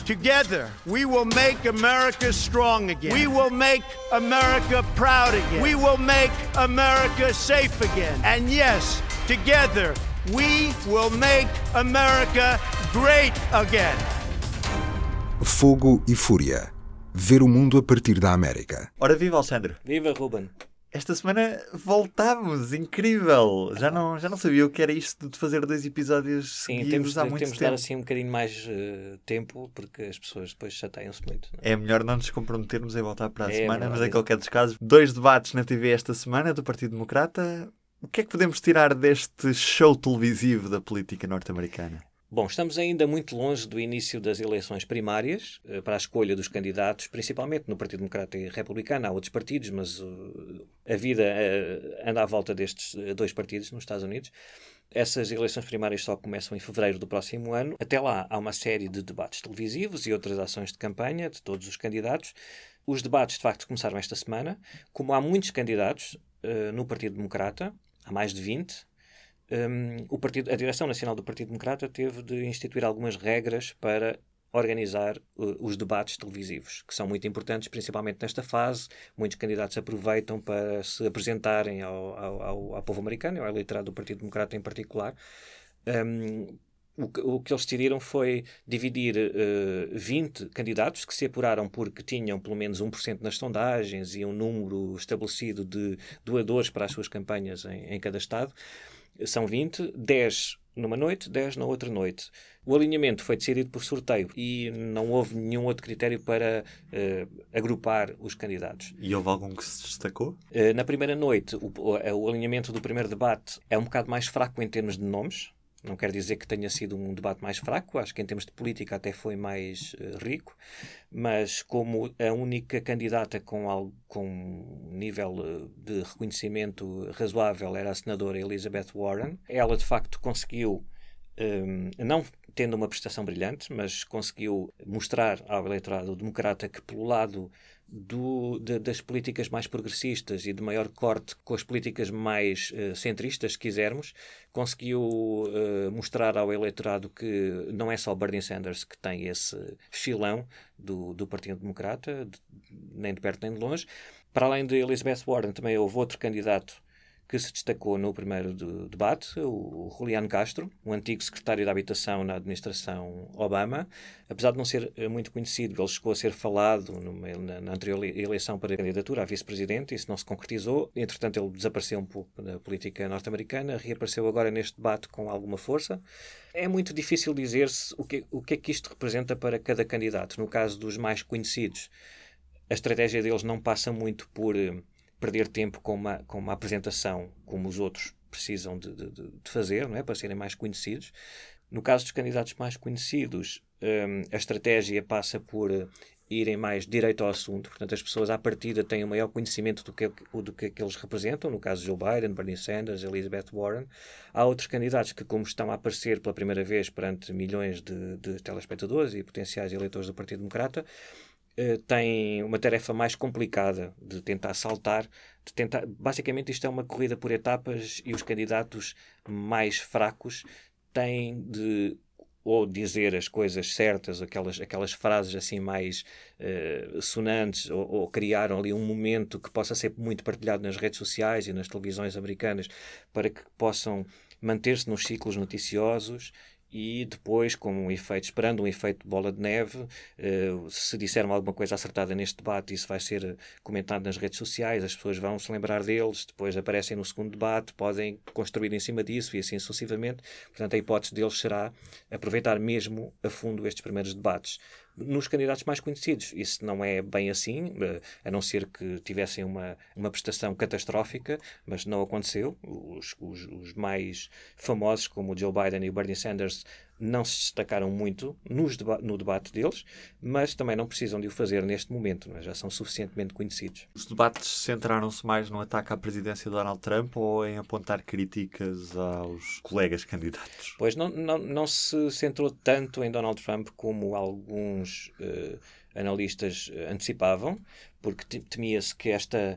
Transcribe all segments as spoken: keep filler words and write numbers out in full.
Together, we will make America strong again. We will make America proud again. We will make America safe again. And yes, together, we will make America great again. Fogo e Fúria. Ver o mundo a partir da América. Ora, viva, Alexandre. Viva, Ruben. Esta semana voltámos, incrível! Já não, já não sabia o que era isto de fazer dois episódios Sim, seguidos temos, há de, muito temos de tempo. dar assim um bocadinho mais uh, tempo, porque as pessoas depois chateiam-se muito. Não é? É melhor não nos comprometermos em voltar para a É, semana, verdade, mas em é. qualquer dos casos, dois debates na T V esta semana do Partido Democrata. O que é que podemos tirar deste show televisivo da política norte-americana? Bom, estamos ainda muito longe do início das eleições primárias uh, para a escolha dos candidatos, principalmente no Partido Democrata e Republicano. Há outros partidos, mas uh, a vida uh, anda à volta destes uh, dois partidos nos Estados Unidos. Essas eleições primárias só começam em fevereiro do próximo ano. Até lá há uma série de debates televisivos e outras ações de campanha de todos os candidatos. Os debates, de facto, começaram esta semana. Como há muitos candidatos uh, no Partido Democrata, há mais de vinte, Um, o partido, a Direção Nacional do Partido Democrata teve de instituir algumas regras para organizar uh, os debates televisivos, que são muito importantes, principalmente nesta fase. Muitos candidatos aproveitam para se apresentarem ao, ao, ao, ao povo americano, ao eleitorado do Partido Democrata em particular. Um, o, que, o que eles decidiram foi dividir uh, vinte candidatos que se apuraram porque tinham pelo menos um por cento nas sondagens e um número estabelecido de doadores para as suas campanhas em, em cada estado. São vinte, dez numa noite, dez na outra noite. O alinhamento foi decidido por sorteio e não houve nenhum outro critério para uh, agrupar os candidatos. E houve algum que se destacou? Uh, na primeira noite, o, o, o alinhamento do primeiro debate é um bocado mais fraco em termos de nomes. Não quer dizer que tenha sido um debate mais fraco, acho que em termos de política até foi mais uh, rico, mas como a única candidata com, algo, com um nível uh, de reconhecimento razoável era a senadora Elizabeth Warren, ela de facto conseguiu, um, não tendo uma prestação brilhante, mas conseguiu mostrar ao eleitorado democrata que pelo lado Do, de, das políticas mais progressistas e de maior corte com as políticas mais uh, centristas, se quisermos, conseguiu uh, mostrar ao eleitorado que não é só Bernie Sanders que tem esse filão do, do Partido Democrata, de, nem de perto nem de longe. Para além de Elizabeth Warren, também houve outro candidato que se destacou no primeiro do debate, o Julián Castro, um antigo secretário da Habitação na administração Obama. Apesar de não ser muito conhecido, ele chegou a ser falado numa, na, na anterior eleição para a candidatura a vice-presidente, isso não se concretizou. Entretanto, ele desapareceu um pouco da política norte-americana, reapareceu agora neste debate com alguma força. É muito difícil dizer-se o que, o que é que isto representa para cada candidato. No caso dos mais conhecidos, a estratégia deles não passa muito por perder tempo com uma, com uma apresentação como os outros precisam de, de, de fazer, não é? Para serem mais conhecidos. No caso dos candidatos mais conhecidos, um, a estratégia passa por uh, irem mais direito ao assunto. Portanto, as pessoas à partida têm um maior conhecimento do que, do que, que eles representam. No caso de Joe Biden, Bernie Sanders, Elizabeth Warren. Há outros candidatos que, como estão a aparecer pela primeira vez perante milhões de, de telespectadores e potenciais eleitores do Partido Democrata, Uh, tem uma tarefa mais complicada de tentar saltar, de tentar... Basicamente isto é uma corrida por etapas e os candidatos mais fracos têm de ou dizer as coisas certas, aquelas, aquelas frases assim mais uh, sonantes, ou, ou criar ali um momento que possa ser muito partilhado nas redes sociais e nas televisões americanas para que possam manter-se nos ciclos noticiosos. E depois, com um efeito, esperando um efeito de bola de neve, uh, se disseram alguma coisa acertada neste debate, isso vai ser comentado nas redes sociais, as pessoas vão se lembrar deles, depois aparecem no segundo debate, podem construir em cima disso e assim sucessivamente. Portanto, a hipótese deles será aproveitar mesmo a fundo estes primeiros debates. Nos candidatos mais conhecidos, isso não é bem assim, a não ser que tivessem uma, uma prestação catastrófica, mas não aconteceu. Os, os, os mais famosos, como o Joe Biden e o Bernie Sanders, não se destacaram muito nos deba- no debate deles, mas também não precisam de o fazer neste momento, não é? Já são suficientemente conhecidos. Os debates centraram-se mais no ataque à presidência de Donald Trump ou em apontar críticas aos colegas candidatos? Pois não, não, não se centrou tanto em Donald Trump como alguns uh, analistas antecipavam, porque temia-se que esta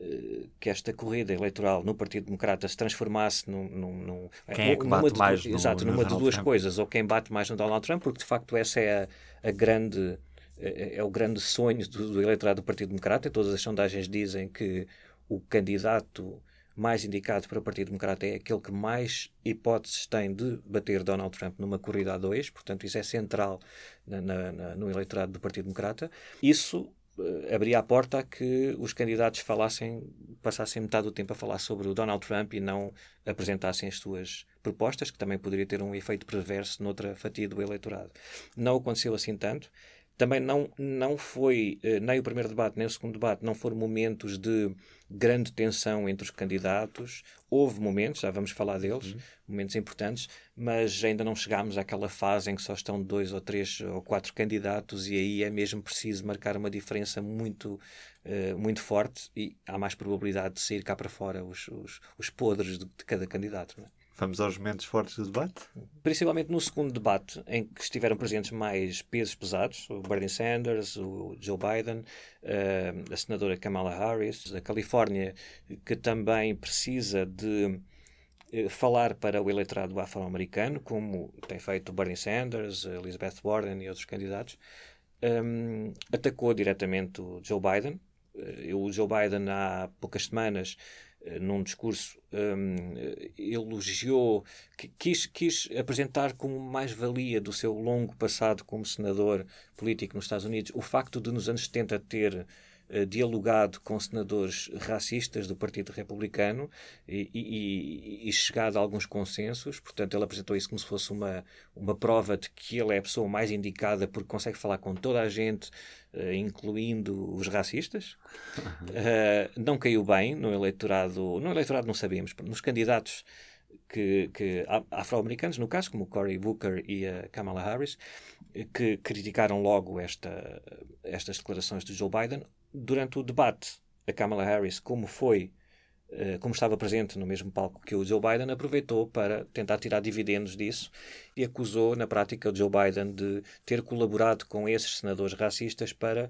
que esta corrida eleitoral no Partido Democrata se transformasse num... num, num quem é que numa bate de, mais no, exato, no numa de duas Trump. coisas, ou quem bate mais no Donald Trump, porque de facto essa é a, a grande... É, é o grande sonho do, do eleitorado do Partido Democrata, e todas as sondagens dizem que o candidato mais indicado para o Partido Democrata é aquele que mais hipóteses tem de bater Donald Trump numa corrida a dois, portanto isso é central na, na, na, no eleitorado do Partido Democrata. Isso uh, abria a porta a que os candidatos falassem, passassem metade do tempo a falar sobre o Donald Trump e não apresentassem as suas propostas, que também poderia ter um efeito perverso noutra fatia do eleitorado. Não aconteceu assim tanto. Também não, não foi, nem o primeiro debate, nem o segundo debate, não foram momentos de grande tensão entre os candidatos. Houve momentos, já vamos falar deles, uhum. momentos importantes, mas ainda não chegámos àquela fase em que só estão dois ou três ou quatro candidatos e aí é mesmo preciso marcar uma diferença muito, uh, muito forte e há mais probabilidade de sair cá para fora os, os, os podres de, de cada candidato, não é? Vamos aos momentos fortes do debate? Principalmente no segundo debate, em que estiveram presentes mais pesos pesados, o Bernie Sanders, o Joe Biden, a senadora Kamala Harris, a Califórnia, que também precisa de falar para o eleitorado afro-americano, como tem feito o Bernie Sanders, Elizabeth Warren e outros candidatos, um, atacou diretamente o Joe Biden. O Joe Biden, há poucas semanas, num discurso, um, elogiou, quis, quis apresentar como mais-valia do seu longo passado como senador político nos Estados Unidos o facto de, nos anos setenta, ter uh, dialogado com senadores racistas do Partido Republicano e, e, e chegado a alguns consensos. Portanto, ele apresentou isso como se fosse uma, uma prova de que ele é a pessoa mais indicada porque consegue falar com toda a gente, Uh, incluindo os racistas. Uhum. Uh, não caiu bem no eleitorado, no eleitorado não sabemos, nos candidatos que, que, afro-americanos, no caso, como o Cory Booker e a Kamala Harris, que criticaram logo esta, estas declarações de Joe Biden. Durante o debate, a Kamala Harris, como foi como estava presente no mesmo palco que o Joe Biden, aproveitou para tentar tirar dividendos disso e acusou, na prática, o Joe Biden de ter colaborado com esses senadores racistas para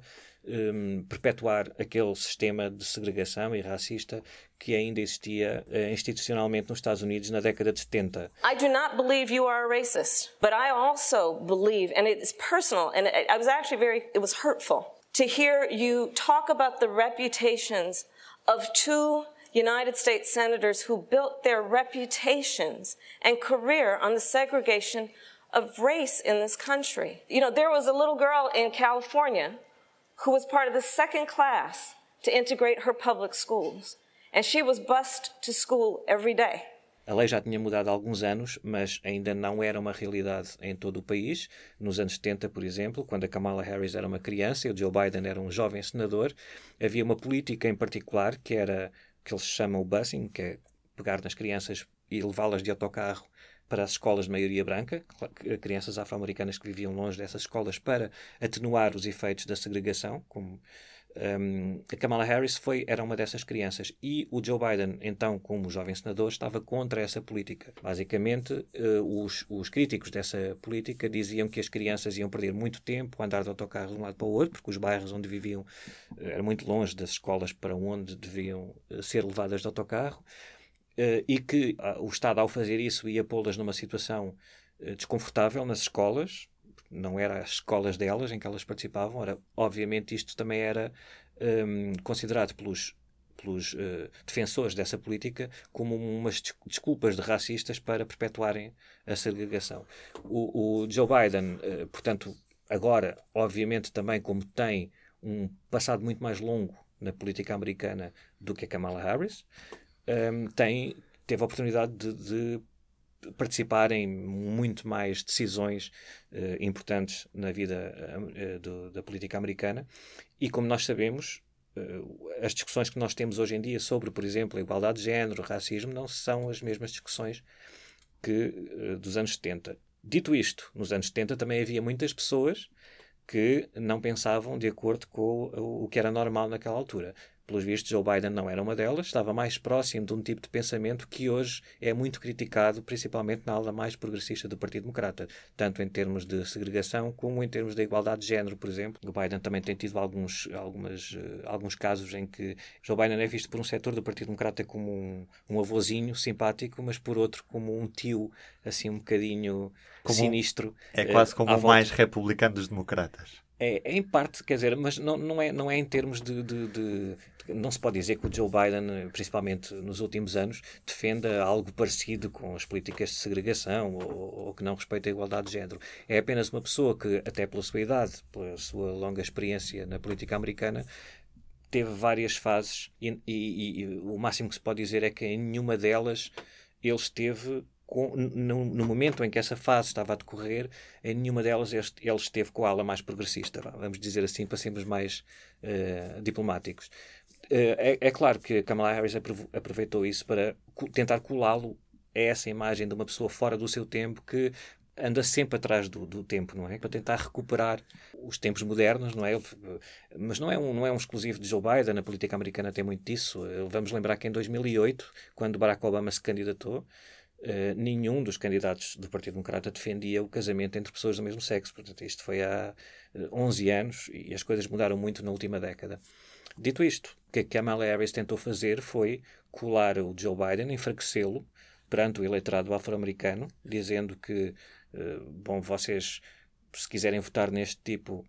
um, perpetuar aquele sistema de segregação e racista que ainda existia uh, institucionalmente nos Estados Unidos na década de setenta. I do not believe you are a racist, but I also believe, and it's personal, and I was actually very, it was hurtful to hear you talk about the reputations of two United States senators who built their reputations and career on the segregation of race in this country. You know, there was a little girl in California who was part of the second class to integrate her public schools, and she was bused to school every day. A lei já tinha mudado há alguns anos, mas ainda não era uma realidade em todo o país. Nos anos setenta, por exemplo, quando a Kamala Harris era uma criança e o Joe Biden era um jovem senador, havia uma política em particular que era que eles chamam o busing, que é pegar nas crianças e levá-las de autocarro para as escolas de maioria branca, crianças afro-americanas que viviam longe dessas escolas, para atenuar os efeitos da segregação. Como, um, a Kamala Harris foi, era uma dessas crianças e o Joe Biden, então, como jovem senador, estava contra essa política. Basicamente, uh, os, os críticos dessa política diziam que as crianças iam perder muito tempo a andar de autocarro de um lado para o outro, porque os bairros onde viviam uh, eram muito longe das escolas para onde deviam uh, ser levadas de autocarro. Uh, e que uh, o Estado, ao fazer isso, ia pô-las numa situação uh, desconfortável nas escolas. Não eram as escolas delas em que elas participavam. Era, obviamente, isto também era um, considerado pelos, pelos uh, defensores dessa política como umas desculpas de racistas para perpetuarem a segregação. O, o Joe Biden, uh, portanto, agora, obviamente, também como tem um passado muito mais longo na política americana do que a Kamala Harris, Um, tem, teve a oportunidade de, de participar em muito mais decisões uh, importantes na vida uh, do, da política americana e, como nós sabemos, uh, as discussões que nós temos hoje em dia sobre, por exemplo, a igualdade de género, o racismo, não são as mesmas discussões que uh, dos anos setenta. Dito isto, nos anos setenta também havia muitas pessoas que não pensavam de acordo com o, o que era normal naquela altura. pelos vistos, Joe Biden não era uma delas, estava mais próximo de um tipo de pensamento que hoje é muito criticado, principalmente na ala mais progressista do Partido Democrata, tanto em termos de segregação como em termos de igualdade de género, por exemplo. O Biden também tem tido alguns, algumas, uh, alguns casos em que Joe Biden é visto por um setor do Partido Democrata como um, um avôzinho simpático, mas por outro como um tio, assim um bocadinho como sinistro. É quase como uh, o mais republicano dos democratas. É, é em parte, quer dizer, mas não, não, é, não é em termos de, de, de... Não se pode dizer que o Joe Biden, principalmente nos últimos anos, defenda algo parecido com as políticas de segregação ou, ou que não respeita a igualdade de género. É apenas uma pessoa que, até pela sua idade, pela sua longa experiência na política americana, teve várias fases e, e, e o máximo que se pode dizer é que em nenhuma delas ele esteve... Com, no, no momento em que essa fase estava a decorrer, em nenhuma delas ele, ele esteve com a ala mais progressista, vamos dizer assim, para sermos mais uh, diplomáticos. Uh, é, é claro que Kamala Harris aproveitou isso para tentar colá-lo a essa imagem de uma pessoa fora do seu tempo que anda sempre atrás do, do tempo, não é? Para tentar recuperar os tempos modernos, não é? Mas não é, um, não é um exclusivo de Joe Biden, a política americana tem muito disso. Vamos lembrar que em dois mil e oito, quando Barack Obama se candidatou, Uh, nenhum dos candidatos do Partido Democrata defendia o casamento entre pessoas do mesmo sexo. Portanto, isto foi há uh, onze anos e as coisas mudaram muito na última década. Dito isto, o que a Kamala Harris tentou fazer foi colar o Joe Biden, enfraquecê-lo perante o eleitorado afro-americano, dizendo que, uh, bom, vocês, se quiserem votar neste tipo...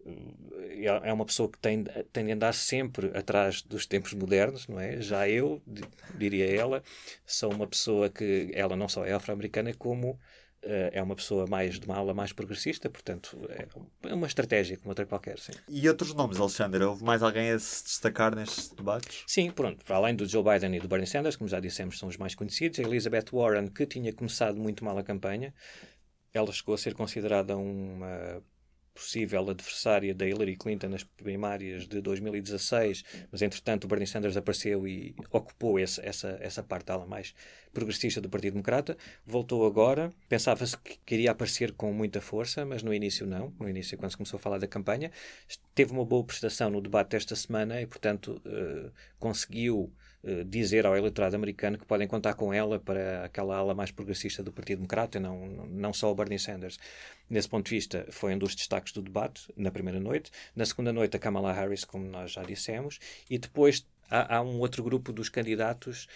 é uma pessoa que tem, tem de andar sempre atrás dos tempos modernos, não é? Já eu, diria ela, sou uma pessoa que, ela não só é afro-americana, como uh, é uma pessoa mais de uma ala mais progressista, portanto, é uma estratégia como outra qualquer, sim. E outros nomes, Alexandre? Houve mais alguém a se destacar nestes debates? Sim, pronto. Para além do Joe Biden e do Bernie Sanders, como já dissemos, são os mais conhecidos. A Elizabeth Warren, que tinha começado muito mal a campanha, ela chegou a ser considerada uma possível adversária da Hillary Clinton nas primárias de dois mil e dezasseis, mas entretanto o Bernie Sanders apareceu e ocupou esse, essa, essa parte dela mais progressista do Partido Democrata. Voltou agora, pensava-se que queria aparecer com muita força, mas no início não, no início quando se começou a falar da campanha, teve uma boa prestação no debate desta semana e portanto uh, conseguiu dizer ao eleitorado americano que podem contar com ela para aquela ala mais progressista do Partido Democrata, não, não só o Bernie Sanders. Nesse ponto de vista, foi um dos destaques do debate, na primeira noite. Na segunda noite, a Kamala Harris, como nós já dissemos. E depois há, há um outro grupo dos candidatos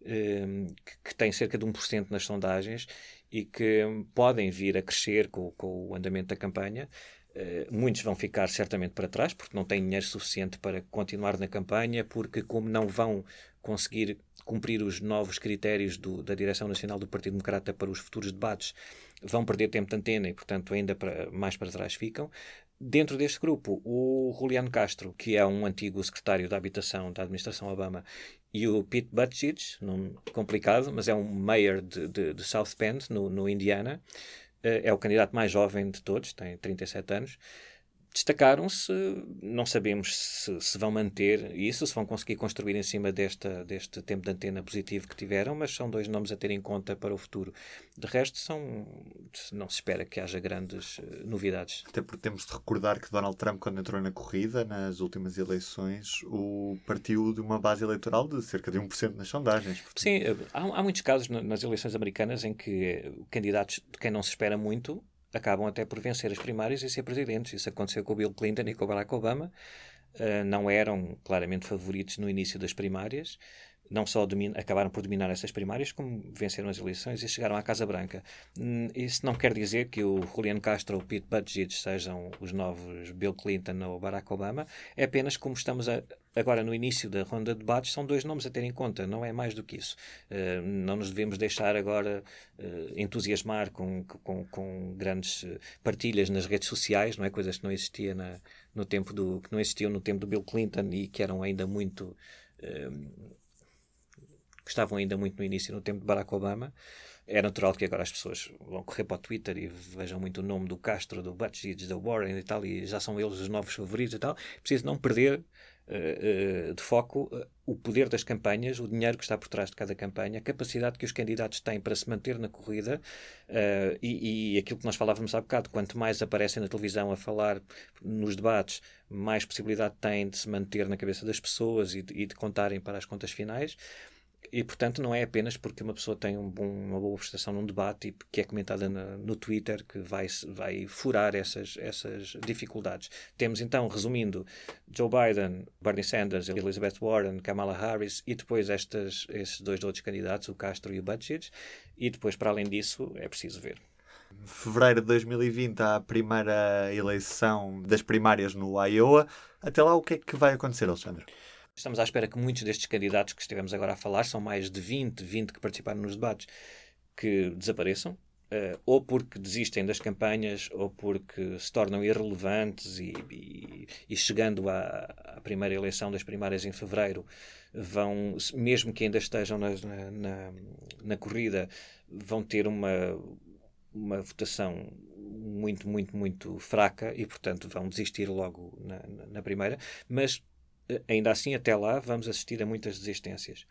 um, que, que tem cerca de um por cento nas sondagens e que podem vir a crescer com, com o andamento da campanha. Uh, muitos vão ficar certamente para trás porque não têm dinheiro suficiente para continuar na campanha, porque como não vão conseguir cumprir os novos critérios do, da Direção Nacional do Partido Democrata para os futuros debates, vão perder tempo de antena e, portanto, ainda para, mais para trás ficam. Dentro deste grupo, o Julian Castro, que é um antigo secretário da Habitação da administração Obama, e o Pete Buttigieg, num complicado, mas é um mayor de, de, de South Bend, no, no Indiana, é o candidato mais jovem de todos, tem trinta e sete anos. Destacaram-se, não sabemos se, se vão manter isso, se vão conseguir construir em cima desta, deste tempo de antena positivo que tiveram, mas são dois nomes a ter em conta para o futuro. De resto, são, não se espera que haja grandes uh, novidades. Até porque temos de recordar que Donald Trump, quando entrou na corrida, nas últimas eleições, o partiu de uma base eleitoral de cerca de um por cento nas sondagens. Portanto... Sim, há, há muitos casos nas eleições americanas em que candidatos de quem não se espera muito acabam até por vencer as primárias e ser presidentes. Isso aconteceu com o Bill Clinton e com o Barack Obama. Uh, não eram claramente favoritos no início das primárias. Não só domin- acabaram por dominar essas primárias, como venceram as eleições e chegaram à Casa Branca. Hum, isso não quer dizer que o Julian Castro ou o Pete Buttigieg sejam os novos Bill Clinton ou Barack Obama. É apenas como estamos a, agora no início da ronda de debates, são dois nomes a ter em conta, não é mais do que isso. Uh, não nos devemos deixar agora uh, entusiasmar com, com, com grandes partilhas nas redes sociais, não é? Coisas que não existia na, no tempo do, que não existiam no tempo do Bill Clinton e que eram ainda muito... Uh, que estavam ainda muito no início, no tempo de Barack Obama. É natural que agora as pessoas vão correr para o Twitter e vejam muito o nome do Castro, do Buttigieg, da Warren e tal, e já são eles os novos favoritos e tal. É preciso não perder uh, uh, de foco uh, o poder das campanhas, o dinheiro que está por trás de cada campanha, a capacidade que os candidatos têm para se manter na corrida uh, e, e aquilo que nós falávamos há bocado, quanto mais aparecem na televisão a falar nos debates, mais possibilidade têm de se manter na cabeça das pessoas e de, e de contarem para as contas finais. E, portanto, não é apenas porque uma pessoa tem um bom, uma boa prestação num debate e que é comentada na, no Twitter que vai, vai furar essas, essas dificuldades. Temos, então, resumindo, Joe Biden, Bernie Sanders, Elizabeth Warren, Kamala Harris e depois estas, esses dois outros candidatos, o Castro e o Buttigieg. E depois, para além disso, é preciso ver. Em fevereiro de dois mil e vinte há a primeira eleição das primárias no Iowa. Até lá, o que é que vai acontecer, Alexandre? Estamos à espera que muitos destes candidatos que estivemos agora a falar, são mais de vinte, vinte que participaram nos debates, que desapareçam, uh, ou porque desistem das campanhas, ou porque se tornam irrelevantes e, e, e chegando à, à primeira eleição das primárias em fevereiro, vão, mesmo que ainda estejam na, na, na corrida, vão ter uma, uma votação muito, muito, muito fraca e, portanto, vão desistir logo na, na, na primeira, mas ainda assim, até lá, vamos assistir a muitas desistências.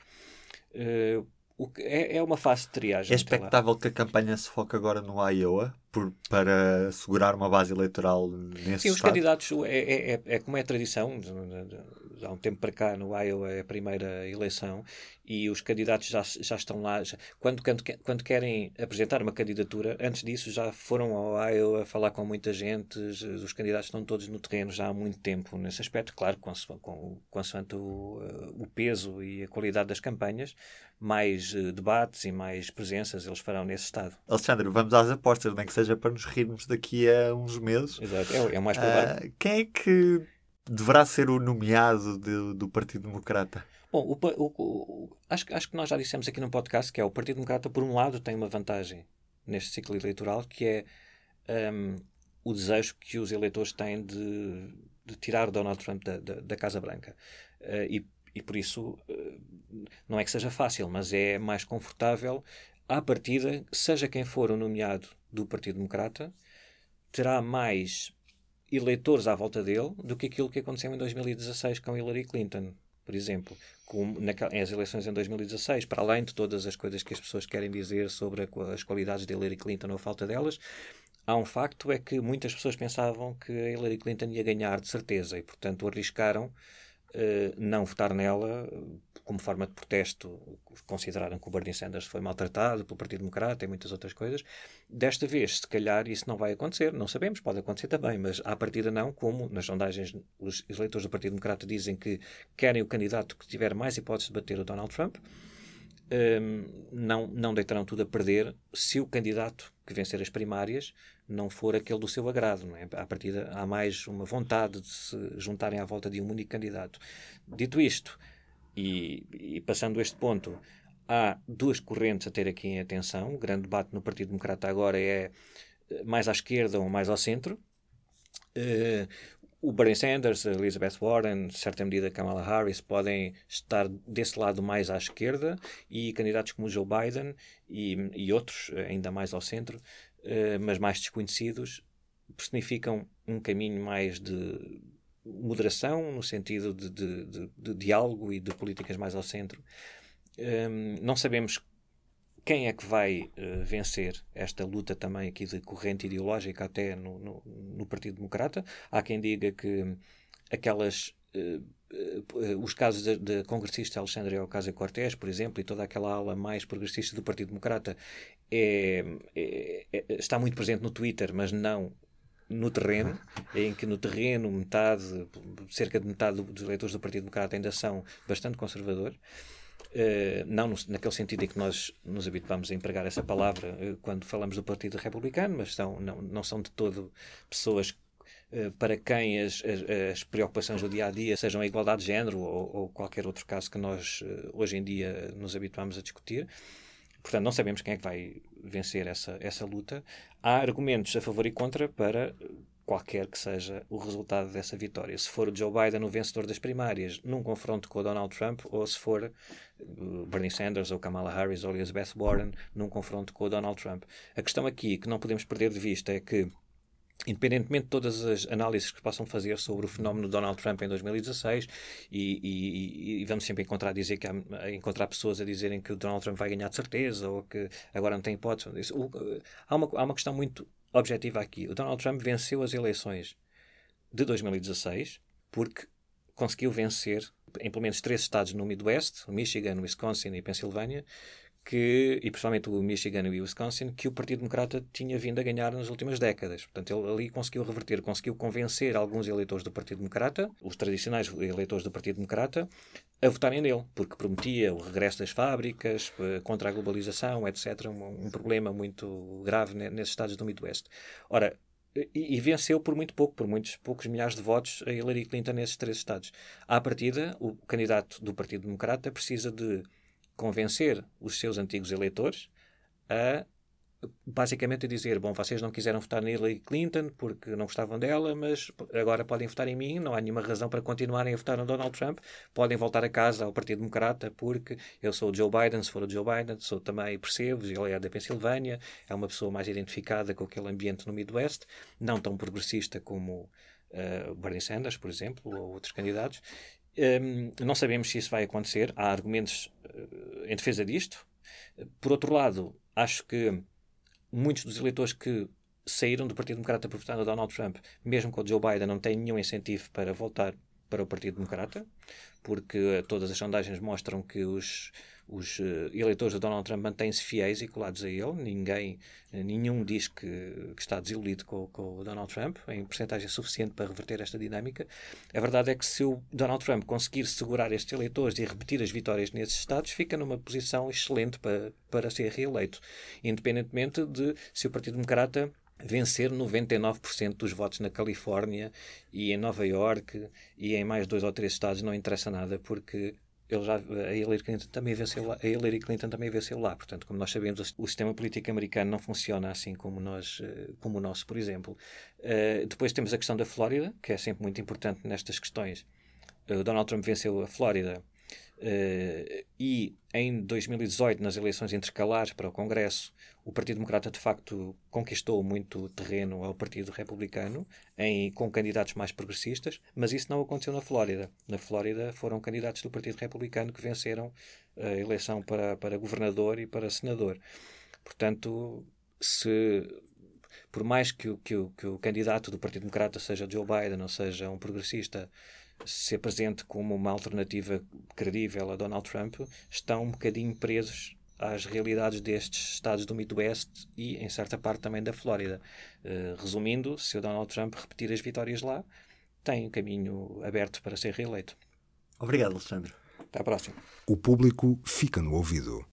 Uh, o que é, é uma fase de triagem. É expectável que a campanha se foque agora no Iowa por, para assegurar uma base eleitoral nesse Sim, os estado? candidatos, é, é, é como é a tradição, há um tempo para cá no Iowa é a primeira eleição e os candidatos já, já estão lá. Já, quando, quando, quando querem apresentar uma candidatura, antes disso já foram ao Iowa falar com muita gente, os candidatos estão todos no terreno já há muito tempo nesse aspecto, claro, consoante, consoante o, o peso e a qualidade das campanhas, mais uh, debates e mais presenças eles farão nesse estado. Alexandre, vamos às apostas, nem que seja para nos rirmos daqui a uns meses. Exato, é, é o mais provável. Uh, quem é que deverá ser o nomeado de, do Partido Democrata? Bom, o, o, o, acho, acho que nós já dissemos aqui no podcast que é o Partido Democrata, por um lado, tem uma vantagem neste ciclo eleitoral, que é um, o desejo que os eleitores têm de, de tirar Donald Trump da, da, da Casa Branca. Uh, e, e por isso, uh, não é que seja fácil, mas é mais confortável, à partida, seja quem for o nomeado do Partido Democrata, terá mais eleitores à volta dele do que aquilo que aconteceu em dois mil e dezasseis com Hillary Clinton, por exemplo. Como nas eleições em dois mil e dezasseis, para além de todas as coisas que as pessoas querem dizer sobre a, as qualidades de Hillary Clinton ou a falta delas, há um facto, é que muitas pessoas pensavam que a Hillary Clinton ia ganhar de certeza e, portanto, arriscaram uh, não votar nela como forma de protesto. Consideraram que o Bernie Sanders foi maltratado pelo Partido Democrata e muitas outras coisas. Desta vez, se calhar, isso não vai acontecer. Não sabemos, pode acontecer também, mas à partida não, como nas sondagens os eleitores do Partido Democrata dizem que querem o candidato que tiver mais hipóteses de bater o Donald Trump. Um, não, não deitarão tudo a perder se o candidato que vencer as primárias não for aquele do seu agrado, não é? À partida há mais uma vontade de se juntarem à volta de um único candidato. Dito isto, e, e passando este ponto, há duas correntes a ter aqui em atenção. O grande debate no Partido Democrata agora é mais à esquerda ou mais ao centro. Uh, o Bernie Sanders, a Elizabeth Warren, em certa medida a Kamala Harris, podem estar desse lado mais à esquerda, e candidatos como o Joe Biden e, e outros, ainda mais ao centro, uh, mas mais desconhecidos, personificam um caminho mais de moderação, no sentido de, de, de, de diálogo e de políticas mais ao centro. Um, não sabemos quem é que vai uh, vencer esta luta também aqui de corrente ideológica até no, no, no Partido Democrata. Há quem diga que aquelas uh, uh, os casos da congressista Alexandria Ocasio-Cortez, por exemplo, e toda aquela ala mais progressista do Partido Democrata é, é, é, está muito presente no Twitter, mas não no terreno, em que no terreno metade, cerca de metade dos eleitores do Partido Democrata ainda são bastante conservadores. Uh, não no, naquele sentido em que nós nos habituamos a empregar essa palavra uh, quando falamos do Partido Republicano, mas são, não, não são de todo pessoas uh, para quem as, as, as preocupações do dia-a-dia sejam a igualdade de género ou, ou qualquer outro caso que nós uh, hoje em dia nos habituamos a discutir. Portanto, não sabemos quem é que vai vencer essa, essa luta. Há argumentos a favor e contra para qualquer que seja o resultado dessa vitória. Se for o Joe Biden o vencedor das primárias num confronto com o Donald Trump, ou se for uh, Bernie Sanders ou Kamala Harris ou Elizabeth Warren num confronto com o Donald Trump. A questão aqui que não podemos perder de vista é que independentemente de todas as análises que possam fazer sobre o fenómeno de Donald Trump em dois mil e dezasseis, e, e, e vamos sempre encontrar, dizer que há, encontrar pessoas a dizerem que o Donald Trump vai ganhar de certeza, ou que agora não tem hipótese. Isso, o, há, uma, há uma questão muito objetiva aqui. O Donald Trump venceu as eleições de dois mil e dezasseis porque conseguiu vencer em pelo menos três estados no Midwest, o Michigan, o Wisconsin e Pensilvânia, que, e principalmente o Michigan e o Wisconsin, que o Partido Democrata tinha vindo a ganhar nas últimas décadas. Portanto, ele ali conseguiu reverter, conseguiu convencer alguns eleitores do Partido Democrata, os tradicionais eleitores do Partido Democrata, a votarem nele, porque prometia o regresso das fábricas, contra a globalização, etcétera. Um, um problema muito grave nesses estados do Midwest. Ora, E, e venceu por muito pouco, por muitos poucos milhares de votos, a Hillary Clinton nesses três estados. À partida, o candidato do Partido Democrata precisa de convencer os seus antigos eleitores a, basicamente, a dizer: bom, vocês não quiseram votar na Hillary Clinton porque não gostavam dela, mas agora podem votar em mim, não há nenhuma razão para continuarem a votar no Donald Trump, podem voltar a casa ao Partido Democrata porque eu sou o Joe Biden, se for o Joe Biden, sou também, percebo, ele é da Pensilvânia, é uma pessoa mais identificada com aquele ambiente no Midwest, não tão progressista como uh, Bernie Sanders, por exemplo, ou outros candidatos. Um, não sabemos se isso vai acontecer, há argumentos uh, em defesa disto. Por outro lado, acho que muitos dos eleitores que saíram do Partido Democrata para votar no Donald Trump, mesmo com o Joe Biden, não têm nenhum incentivo para voltar para o Partido Democrata, porque todas as sondagens mostram que os, os eleitores do Donald Trump mantêm-se fiéis e colados a ele. Ninguém, nenhum diz que, que está desiludido com, com o Donald Trump, em percentagem suficiente para reverter esta dinâmica. A verdade é que se o Donald Trump conseguir segurar estes eleitores e repetir as vitórias nesses estados, fica numa posição excelente para, para ser reeleito, independentemente de se o Partido Democrata vencer noventa e nove por cento dos votos na Califórnia e em Nova Iorque e em mais dois ou três estados. Não interessa nada, porque ele já, a Hillary Clinton também venceu lá, a Hillary Clinton também venceu lá. Portanto, como nós sabemos, o sistema político americano não funciona assim como, nós, como o nosso, por exemplo. Uh, depois temos a questão da Flórida, que é sempre muito importante nestas questões. O Donald Trump venceu a Flórida uh, e em dois mil e dezoito, nas eleições intercalares para o Congresso, o Partido Democrata de facto conquistou muito terreno ao Partido Republicano em, com candidatos mais progressistas, mas isso não aconteceu na Flórida. Na Flórida foram candidatos do Partido Republicano que venceram a eleição para, para governador e para senador. Portanto, se, por mais que o, que, o, que o candidato do Partido Democrata seja Joe Biden ou seja um progressista, se apresente como uma alternativa credível a Donald Trump, estão um bocadinho presos às realidades destes estados do Midwest e, em certa parte, também da Flórida. Uh, resumindo, se o Donald Trump repetir as vitórias lá, tem o caminho aberto para ser reeleito. Obrigado, Alexandre. Até à próxima. O público fica no ouvido.